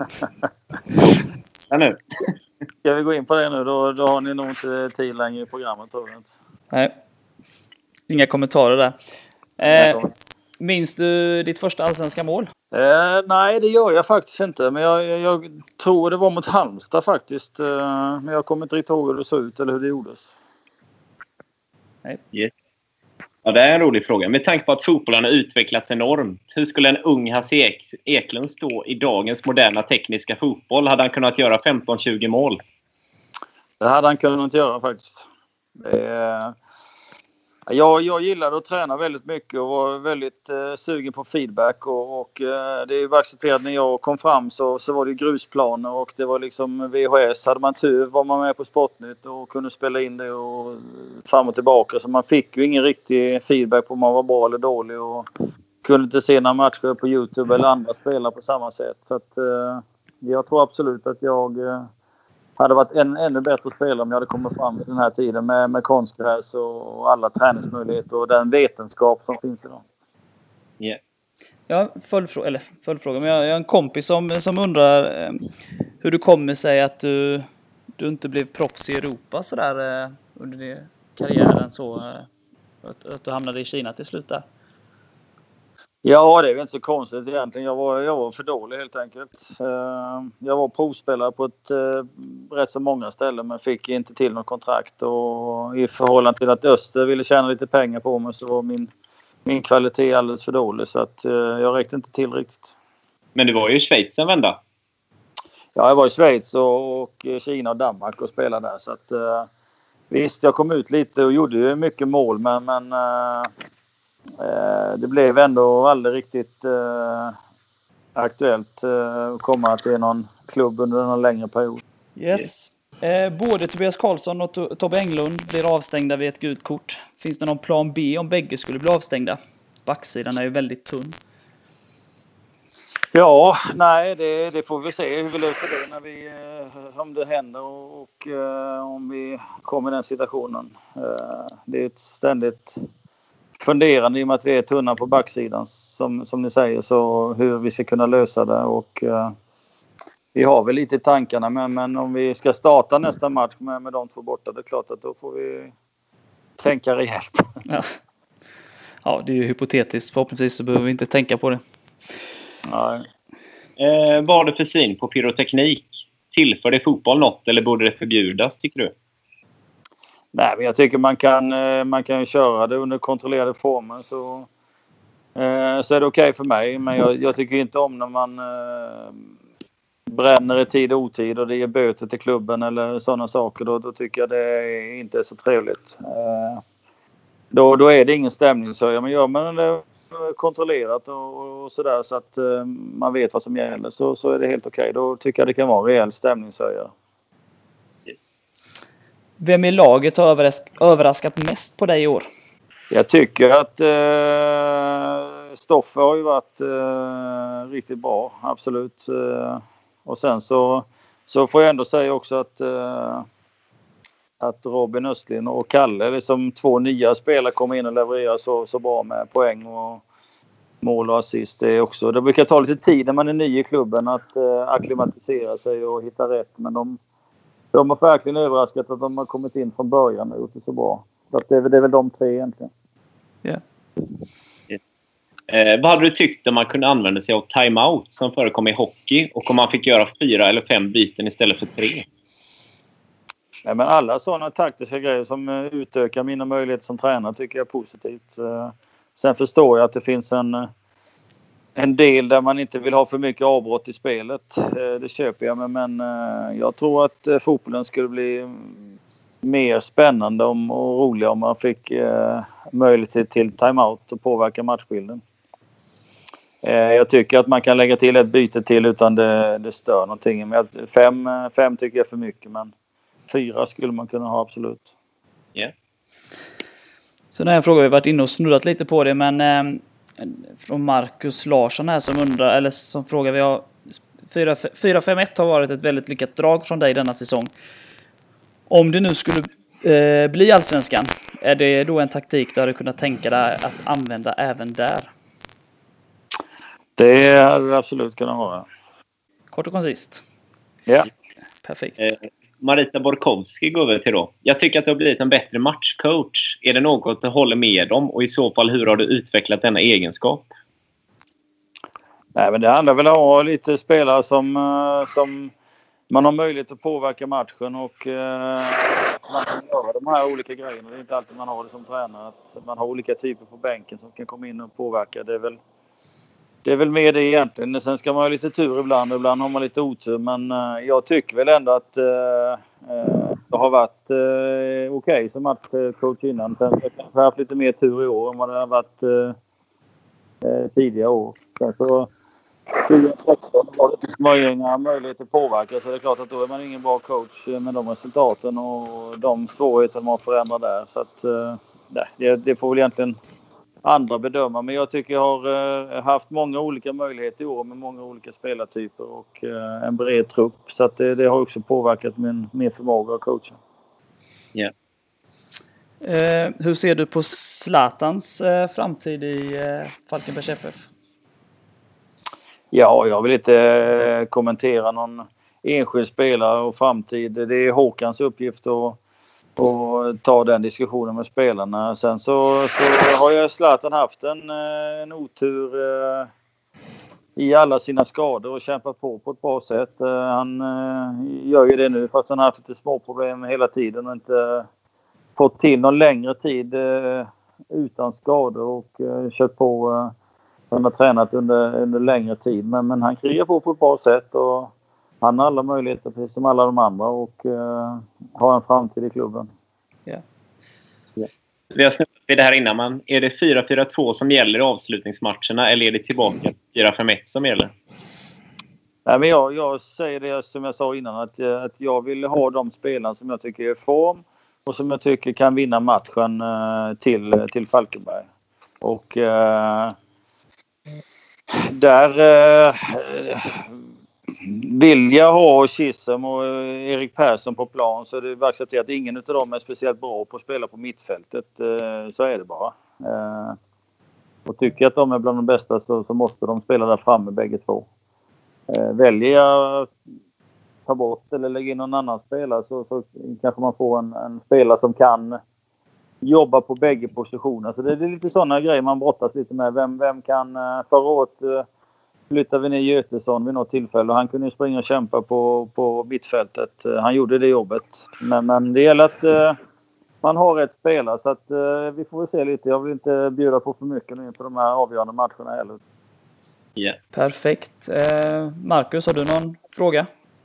Ja, nu. Ska vi gå in på det nu? Då, då har ni nog inte tid längre i programmet, tror jag inte. Nej. Inga kommentarer där. Eh, minns du ditt första allsvenska mål? Eh, nej, det gör jag faktiskt inte. Men jag, jag, jag tror det var mot Halmstad faktiskt. Eh, men jag kommer inte riktigt ihåg hur det såg ut eller hur det gjordes. Nej. Yeah. Ja, det är en rolig fråga. Med tanke på att fotbollen har utvecklats enormt. Hur skulle en ung Hasse Ek, Eklund stå i dagens moderna tekniska fotboll? Hade han kunnat göra femton tjugo mål? Det hade han kunnat göra faktiskt. Det, jag, jag gillade att träna väldigt mycket och var väldigt eh, sugen på feedback. Och, och eh, det är ju accepterat när jag kom fram så, så var det grusplaner och det var liksom V H S. Hade man tur var man med på Sportnytt och kunde spela in det och fram och tillbaka. Så man fick ju ingen riktig feedback på om man var bra eller dålig och kunde inte se några matcher på YouTube eller andra spela på samma sätt. Så att, eh, jag tror absolut att jag... Eh, hade varit en ännu bättre spelare om jag hade kommit fram i den här tiden med, med konstgräs och alla träningsmöjligheter och den vetenskap som finns idag. Yeah. Ja, följdfråga, eller följdfråga, men jag, jag har en kompis som, som undrar eh, hur det kommer sig att du, du inte blev proffs i Europa så där eh, under din karriären så eh, att, att du hamnade i Kina till slut där. Ja, det är väl inte så konstigt egentligen. Jag var, jag var för dålig helt enkelt. Jag var provspelare på ett rätt så många ställen men fick inte till något kontrakt. Och i förhållande till att Öster ville tjäna lite pengar på mig så var min, min kvalitet alldeles för dålig. Så att jag räckte inte till riktigt. Men du var ju i Schweiz en vända. Ja, jag var i Schweiz och, och Kina och Danmark och spelade där. Så att, visst, jag kom ut lite och gjorde ju mycket mål men... men det blev ändå aldrig riktigt eh, aktuellt eh, att komma till någon klubb under någon längre period. Yes. Eh, både Tobias Karlsson och to- Tobbe Englund blir avstängda vid ett gult kort. Finns det någon plan B om bägge skulle bli avstängda? Backsidan är ju väldigt tunn. Ja, nej det, det får vi se hur vi löser det när vi, eh, om det händer och, och eh, om vi kommer i den situationen. Eh, det är ett ständigt... funderande i och med att vi är tunna på backsidan som, som ni säger så hur vi ska kunna lösa det och uh, vi har väl lite i tankarna men, men om vi ska starta nästa match med, med de två borta det är klart att då får vi tänka rejält. Ja, ja det är ju hypotetiskt. Förhoppningsvis så behöver vi inte tänka på det. Nej. Eh, vad har du för syn på pyroteknik? Tillför det fotboll något eller borde det förbjudas tycker du? Nej, men jag tycker man kan, man kan köra det under kontrollerade former så, eh, så är det okej okay för mig. Men jag, jag tycker inte om när man eh, bränner i tid och otid och det ger böter till klubben eller sådana saker. Då, då tycker jag det inte är så trevligt. Eh, då, då är det ingen stämningshöjare. Men gör man det kontrollerat och, och sådär så att eh, man vet vad som gäller så, så är det helt okej. Okay. Då tycker jag det kan vara en rejäl stämningshöjare. Vem i laget har överrask- överraskat mest på dig i år? Jag tycker att eh, Stoffe har ju varit eh, riktigt bra, absolut. Eh, och sen så, så får jag ändå säga också att, eh, att Robin Östlin och Kalle, liksom två nya spelare, kommer in och levererar så, så bra med poäng och mål och assist. Det, är också, det brukar ta lite tid när man är ny i klubben att eh, akklimatisera sig och hitta rätt, men de De har verkligen överraskat att de har kommit in från början och gjort det så bra. Så det, är, det är väl de tre egentligen. Yeah. Eh, vad hade du tyckt om man kunde använda sig av timeout som förekom i hockey och om man fick göra fyra eller fem byten istället för tre? Nej, men alla sådana taktiska grejer som utökar mina möjligheter som tränare tycker jag är positivt. Sen förstår jag att det finns en, en del där man inte vill ha för mycket avbrott i spelet. Det köper jag med, men jag tror att fotbollen skulle bli mer spännande om, och roligare om man fick eh, möjlighet till timeout och påverka matchbilden. Eh, jag tycker att man kan lägga till ett byte till utan det, det stör någonting. Men fem, fem tycker jag är för mycket, men fyra skulle man kunna ha absolut. Yeah. Så den här frågan har vi varit inne och snurrat lite på det, men eh, från Marcus Larsson här som undrar, eller som frågar, vi har fyra fem ett har varit ett väldigt lyckat drag från dig denna säsong. Om det nu skulle eh, bli allsvenskan, är det då en taktik du hade kunnat tänka dig att använda även där? Det hade det absolut kunnat vara. Kort och konsist. Ja. Perfekt. Eh, Marita Borkowski går över till då. Jag tycker att du har blivit en bättre matchcoach. Är det något du håller med om? Och i så fall, hur har du utvecklat denna egenskap? Nej, men det handlar väl om att ha lite spelare som, som man har möjlighet att påverka matchen och eh, man kan göra de här olika grejerna. Det är inte alltid man har det som tränare. Att man har olika typer på bänken som kan komma in och påverka. Det är väl, det är väl mer det egentligen. Sen ska man ha lite tur ibland. Ibland har man lite otur. Men eh, jag tycker väl ändå att eh, det har varit eh, okej okay som matchcoach innan. Sen har jag kanske haft lite mer tur i år än vad det har varit eh, tidigare år. Sen så tjugohundrasexton var det inte så många möjligheter att påverka, så det är klart att då är man ingen bra coach med de resultaten och de svårigheter man förändrar där. Så att nej, det, det får väl egentligen andra bedöma. Men jag tycker jag har haft många olika möjligheter i år med många olika spelartyper och en bred trupp. Så att det, det har också påverkat min, min förmåga att coacha. Yeah. Eh, hur ser du på Zlatans eh, framtid i eh, Falkenbergs F F? Ja, jag vill inte kommentera någon enskild spelare och framtid. Det är Håkans uppgift att, att ta den diskussionen med spelarna. Sen så, så har jag Zlatan haft en, en otur i alla sina skador och kämpat på på ett bra sätt. Han gör ju det nu fast han har haft lite små problem hela tiden och inte fått till någon längre tid utan skador och kört på. Han har tränat under, under längre tid. Men, men han krigar på på ett bra sätt. Och han har alla möjligheter precis som alla de andra. Och uh, har en framtid i klubben. Yeah. Yeah. Vi har snurrat vid det här innan. Men är det fyra fyra två som gäller i avslutningsmatcherna? Eller är det tillbaka fyra fem ett som gäller? Nej, men jag, jag säger det som jag sa innan. Att, att jag vill ha de spelarna som jag tycker är i form. Och som jag tycker kan vinna matchen uh, till, till Falkenberg. Och... Uh, Där eh, vill jag ha Chisholm och Erik Persson på plan, så det är bara accepterat att ingen av dem är speciellt bra på att spela på mittfältet. Eh, så är det bara. Eh, och tycker att de är bland de bästa så, så måste de spela där framme bägge två. Eh, väljer jag att ta bort eller lägga in någon annan spelare så, så kanske man får en, en spelare som kan jobba på bägge positioner. Så det är lite sådana grejer man brottas lite med. Vem, vem kan... Förra året uh, flyttade vi ner Götesson vid något tillfälle. Och han kunde ju springa och kämpa på, på mittfältet. Uh, han gjorde det jobbet. Men, men det gäller att uh, man har rätt spelare. Så att uh, vi får väl se lite. Jag vill inte bjuda på för mycket nu på de här avgörande matcherna heller. Yeah. Perfekt. Uh, Marcus, har du någon fråga?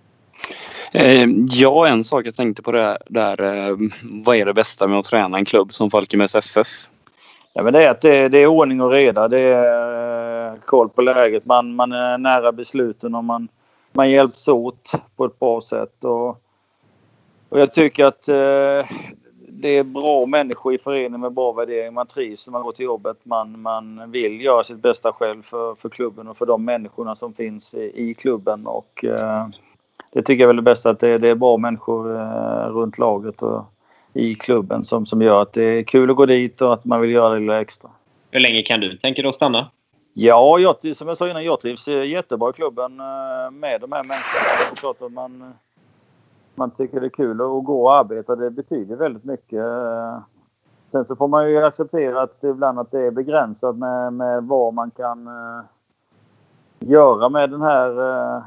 Ja, en sak jag tänkte på det där. Vad är det bästa med att träna en klubb som Falkenbergs F F? Ja, men det är att det, det är ordning och reda. Det är koll på läget. Man, man är nära besluten och man, man hjälps åt på ett bra sätt. Och, och jag tycker att eh, det är bra människor i förening med bra värdering. Man trivs när man går till jobbet. Man, man vill göra sitt bästa själv för, för klubben och för de människorna som finns i, i klubben. Och... Eh, Det tycker jag väl är bäst, att det, det är bra människor eh, runt laget och i klubben som, som gör att det är kul att gå dit och att man vill göra det lite extra. Hur länge kan du tänka dig att stanna? Ja, jag, som jag sa innan, jag trivs jättebra i klubben eh, med de här människorna. Det är klart att man, man tycker det är kul att gå och arbeta. Det betyder väldigt mycket. Sen så får man ju acceptera att ibland att det är begränsat med, med vad man kan eh, göra med den här... Eh,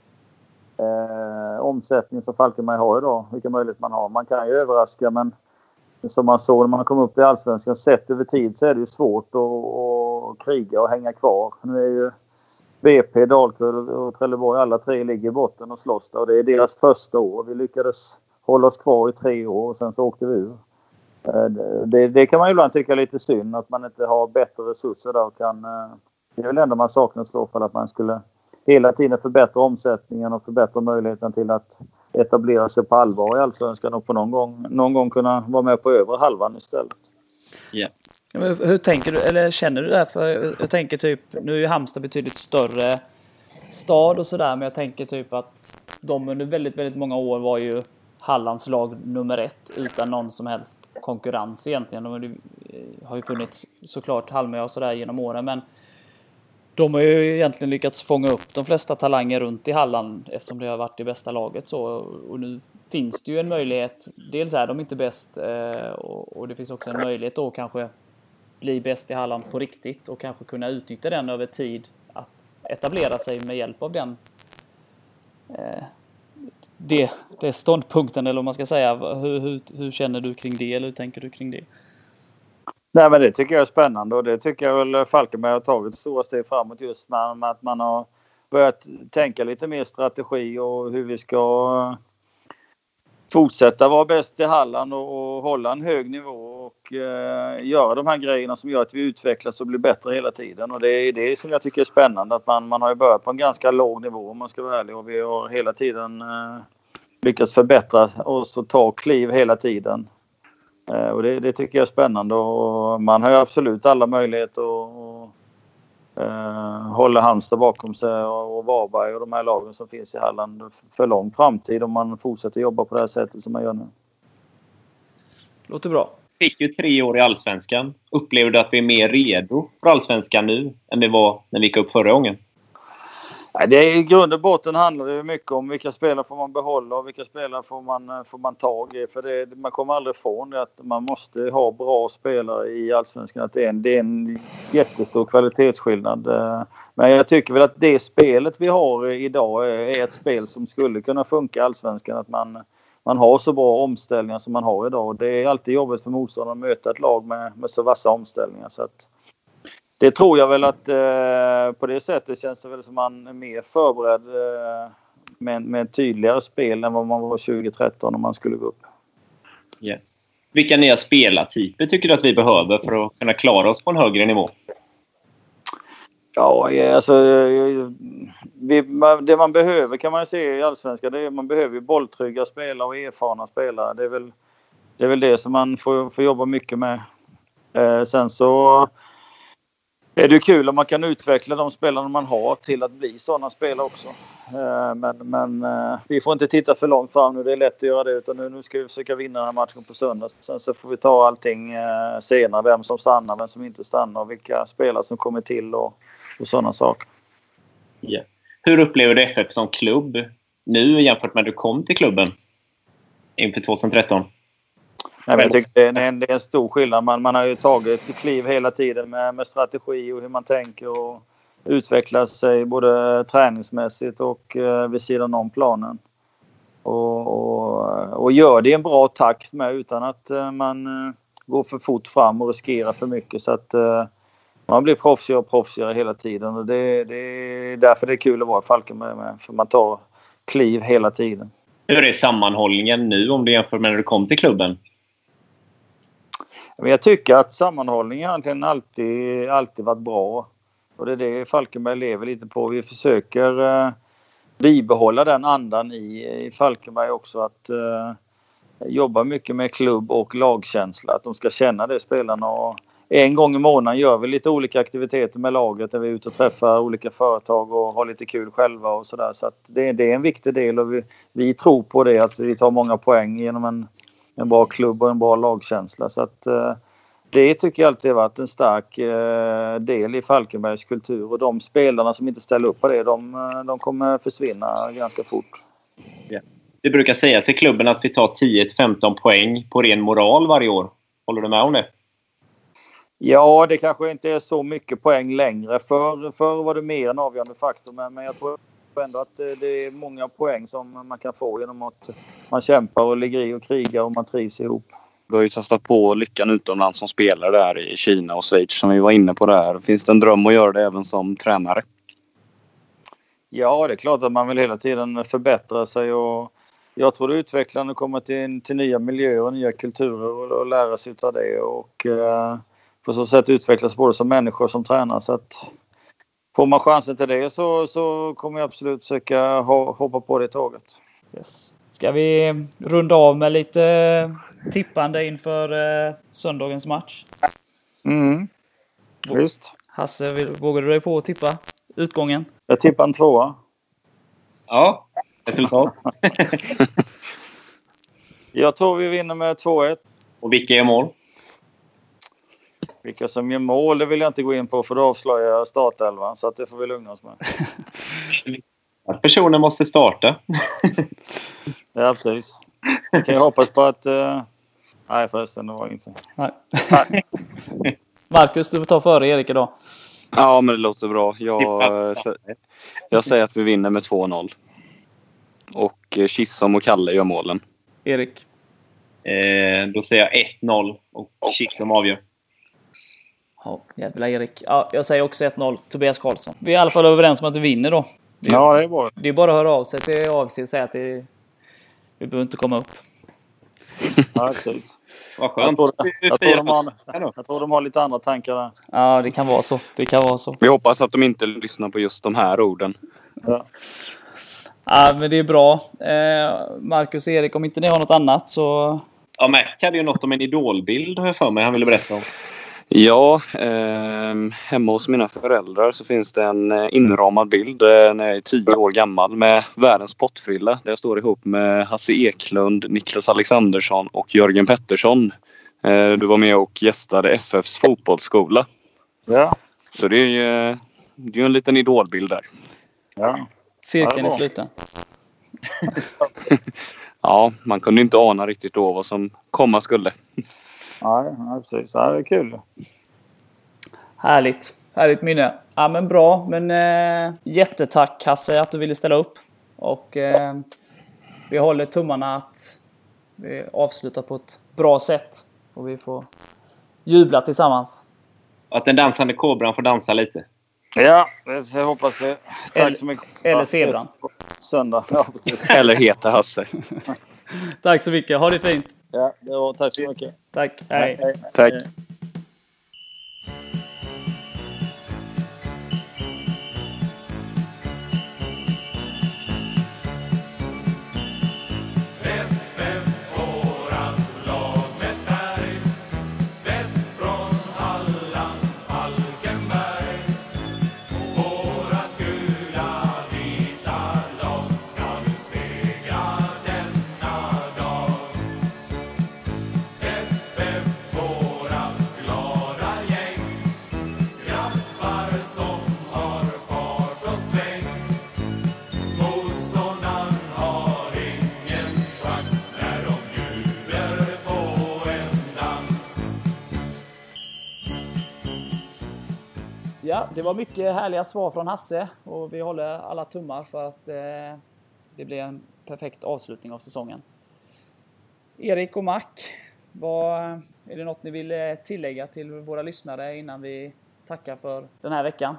Eh, omsättning som Falkenberg har idag, vilka möjligheter man har. Man kan ju överraska, men som man såg när man kom upp i Allsvenskan, sett över tid så är det ju svårt att, att kriga och hänga kvar. Nu är ju B P, Dalkurd och Trelleborg, alla tre ligger i botten och slåss där, och det är deras första år. Vi lyckades hålla oss kvar i tre år och sen så åkte vi ur. Eh, det, det kan man ju ibland tycka är lite synd, att man inte har bättre resurser där och kan... Eh, det är väl ändå man saknar i så fall, att man skulle hela tiden förbättra omsättningen och förbättra möjligheten till att etablera sig på allvar i Allsvenskan och på någon gång, någon gång kunna vara med på övre halvan istället. Yeah. Hur tänker du, eller känner du det? För jag tänker typ, nu är ju Halmstad betydligt större stad och sådär, men jag tänker typ att de under väldigt, väldigt många år var ju Hallands lag nummer ett utan någon som helst konkurrens egentligen. De har ju funnits såklart Halmö och sådär genom åren, men de har ju egentligen lyckats fånga upp de flesta talanger runt i Halland eftersom det har varit det bästa laget. Så, och nu finns det ju en möjlighet, dels är de inte bäst och, och det finns också en möjlighet att kanske bli bäst i Halland på riktigt och kanske kunna utnyttja den över tid att etablera sig med hjälp av den eh, det, det ståndpunkten, eller om man ska säga. Hur, hur, hur känner du kring det, eller hur tänker du kring det? Nej, men det tycker jag är spännande, och det tycker jag väl Falkenberg har tagit stora steg framåt just med att man har börjat tänka lite mer strategi och hur vi ska fortsätta vara bäst i Halland och, och hålla en hög nivå och eh, göra de här grejerna som gör att vi utvecklas och blir bättre hela tiden. Och det är det som jag tycker är spännande, att man, man har ju börjat på en ganska låg nivå om man ska vara ärlig, och vi har hela tiden eh, lyckats förbättra oss och ta kliv hela tiden. Eh, och det, det tycker jag är spännande, och man har ju absolut alla möjligheter att Uh, håller Halmstad bakom sig och, och Varberg och de här lagen som finns i Halland för lång framtid om man fortsätter jobba på det här sättet som man gör nu. Låter bra. Fick ju tre år i Allsvenskan. Upplever du att vi är mer redo för Allsvenskan nu än vi var när vi gick upp förra gången? Nej, det är i grund och botten handlar det mycket om vilka spelare får man behålla och vilka spelare får man, får man tag i. För det, man kommer aldrig ifrån det att man måste ha bra spelare i Allsvenskan. Att det, är en, det är en jättestor kvalitetsskillnad. Men jag tycker väl att det spelet vi har idag är ett spel som skulle kunna funka i Allsvenskan. Att man, man har så bra omställningar som man har idag. Det är alltid jobbigt för motståndaren att möta ett lag med, med så vassa omställningar. Så att det tror jag väl att eh, på det sättet känns det väl som man är mer förberedd eh, med, med ett tydligare spel än vad man var tjugo tretton om man skulle gå upp. Yeah. Vilka nya spelartyper tycker du att vi behöver för att kunna klara oss på en högre nivå? Ja, alltså vi, det man behöver kan man se i Allsvenskan, det är man behöver ju bolltrygga spelare och erfarna spelare. Det är väl det, är väl det som man får, får jobba mycket med. Eh, sen så är det kul om man kan utveckla de spelarna man har till att bli sådana spelare också. Men, men vi får inte titta för långt fram nu. Det är lätt att göra det. Utan nu, nu ska vi försöka vinna den här matchen på söndag. Sen så får vi ta allting senare. Vem som stannar, vem som inte stannar. Och vilka spelare som kommer till och, och sådana saker. Yeah. Hur upplever du F F som klubb nu jämfört med när du kom till klubben inför tjugo-tretton? Nej, men jag tycker det är, en, det är en stor skillnad. Man, man har ju tagit ett kliv hela tiden med, med strategi och hur man tänker och utveckla sig både träningsmässigt och eh, vid sidan om planen. Och, och, och gör det i en bra takt med utan att eh, man eh, går för fort fram och riskerar för mycket. Så att eh, man blir proffsigare och proffsigare hela tiden. Och det, det är därför det är kul att vara i Falkenberg med. För man tar kliv hela tiden. Hur är sammanhållningen nu om du jämför med när du kom till klubben? Men jag tycker att sammanhållningen egentligen alltid, alltid varit bra. Och det är det Falkenberg lever lite på. Vi försöker eh, bibehålla den andan i, i Falkenberg också. Att eh, jobba mycket med klubb och lagkänsla. Att de ska känna det spelarna. Och en gång i månaden gör vi lite olika aktiviteter med laget. Där vi är ute och träffar olika företag och har lite kul själva och sådär. Så att det, det är en viktig del och vi, vi tror på det. Att vi tar många poäng genom en en bra klubb och en bra lagkänsla. Så att eh, det tycker jag alltid har varit en stark eh, del i Falkenbergs kultur. Och de spelarna som inte ställer upp på det, de, de kommer försvinna ganska fort. Yeah. Det brukar sägas i klubben att vi tar tio till femton poäng på ren moral varje år. Håller du med om det? Ja, det kanske inte är så mycket poäng längre. Förr för var det mer en avgörande faktor. Men, men jag tror ändå att det är många poäng som man kan få genom att man kämpar och ligger i och krigar och man trivs ihop. Du har ju testat på lyckan utomlands som spelare där i Kina och Schweiz som vi var inne på där. Finns det en dröm att göra det även som tränare? Ja, det är klart att man vill hela tiden förbättra sig och jag tror det är utvecklande att komma till, till nya miljöer och nya kulturer och, och lära sig av det och eh, på så sätt utvecklas både som människor och som tränare. Så att får man chansen till det så, så kommer jag absolut försöka ha, hoppa på det tåget. Yes. Ska vi runda av med lite tippande inför eh, söndagens match? Mm. Visst. Hasse, vågar du dig på att tippa utgången? Jag tippar en tvåa. Ja, resultat. Jag tror vi vinner med två ett. Och vilka är mål? Vilka som gör mål, det vill jag inte gå in på för då avslöjar jag startelvan. Så att det får vi lugna oss med. Att personen måste starta. Ja, precis. Jag kan ju hoppas på att... Uh... Nej, förresten, det var inte. Nej. Marcus, du får ta före Erik idag. Ja, men det låter bra. Jag, jag säger att vi vinner med två noll. Och Kissom och Kalle gör målen. Erik? Eh, då säger jag ett noll och Kissom avgör. Ja, jävla Erik. Ja, jag säger också ett noll. Tobias Karlsson. Vi är i alla fall överens om att du vinner då. Det är, ja, det är bra. Det är bara att höra av sig till A F C och säga att det, vi behöver inte komma upp. Ja, precis. Vad skönt. Jag tror, jag, tror de har, jag tror de har lite andra tankar där. Ja, det kan vara så. Det kan vara så. Vi hoppas att de inte lyssnar på just de här orden. Ja, ja men det är bra. Eh, Marcus och Erik, om inte ni har något annat så... Ja, Mac hade ju något om en idolbild har jag för mig. Han ville berätta om. Ja, eh, hemma hos mina föräldrar så finns det en inramad bild eh, när jag är tio år gammal med världens pottfrilla. Där jag står ihop med Hasse Eklund, Niklas Alexandersson och Jörgen Pettersson. Eh, du var med och gästade F F:s fotbollsskola. Ja. Så det är ju det är en liten idolbild där. Ja. Cirkeln är sluten. Ja, man kunde inte ana riktigt då vad som komma skulle. Ja, ja, precis. Ja, det är kul. Härligt. Härligt minne. Ja, men bra. Men eh, jättetack Hasse att du ville ställa upp. Och eh, vi håller tummarna att vi avslutar på ett bra sätt. Och vi får jubla tillsammans. Och att den dansande kobran får dansa lite. Ja, jag hoppas det. Tack eller, så mycket. Eller zebran. Söndag. Ja, eller heter Hasse. Tack så mycket. Ha det fint. Ja, det var, tack så mycket. Tack. Hej. Hej. Tack. Hej. Ja, det var mycket härliga svar från Hasse och vi håller alla tummar för att eh, det blir en perfekt avslutning av säsongen. Erik och Mac, vad, är det något ni vill tillägga till våra lyssnare innan vi tackar för den här veckan?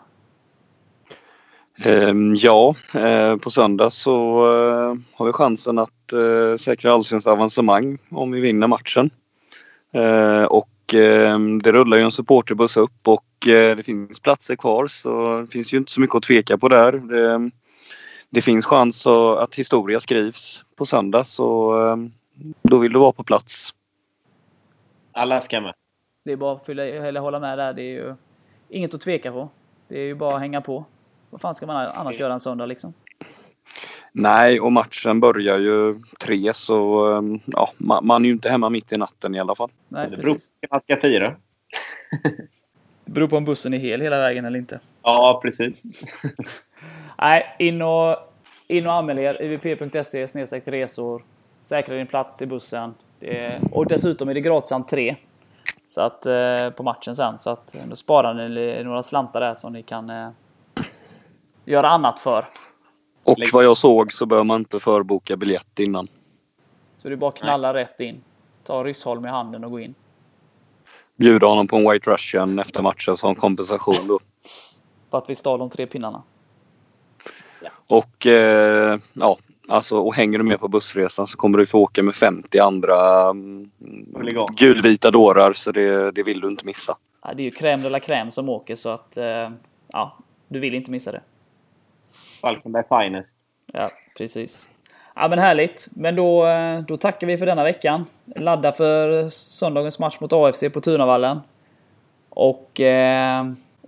Um, ja, uh, på söndag så uh, har vi chansen att uh, säkra allsvensk avancemang om vi vinner matchen. Uh, och uh, det rullar ju en supporterbuss upp och uh, det finns platser kvar så det finns ju inte så mycket att tveka på där. Det, det finns chans att, att historia skrivs på söndag så uh, då vill du vara på plats. Alla ska med. Det är bara att fylla, eller hålla med där. Det är ju inget att tveka på. Det är ju bara att hänga på. Vad fan ska man annars göra en söndag liksom? Nej, och matchen börjar ju tre så ja, man, man är ju inte hemma mitt i natten i alla fall. Nej, det precis. beror på hur man ska fira. Det beror på om bussen är hel hela vägen eller inte. Ja, precis. Nej, in och, in och anmäl er. i v p punkt se snedstreck resor. Säkra din plats i bussen. Det är, och dessutom är det gratis entré. Så att, eh, på matchen sen. Så att då sparar ni några slantar där som ni kan eh, göra annat för. Och vad jag såg så bör man inte förboka biljett innan. Så det är bara att knalla Nej. rätt in. Ta Ryssholm i handen och gå in. Bjuda honom på en White Russian efter matchen som kompensation då. För att vi stal de tre pinnarna. Ja. Och eh, ja, alltså, och hänger du med på bussresan så kommer du få åka med femtio andra mm, gulvita dårar så det, det vill du inte missa. Ja, det är ju crème de la crème som åker så att eh, ja, du vill inte missa det. Falkenberg finest. Ja, precis. Ja, men härligt. Men då, då tackar vi för denna veckan. Ladda för söndagens match mot A F C på Tunavallen. Och eh,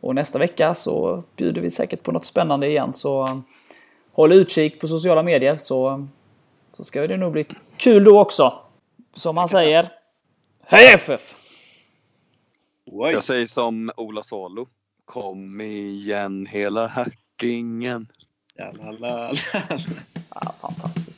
Och nästa vecka så bjuder vi säkert på något spännande igen. Så håll utkik på sociala medier så, så ska det nog bli kul då också. Som man säger, hej F F! Jag säger som Ola Salo. Kom igen hela hertingen. Jävlar. Ja, fantastiskt.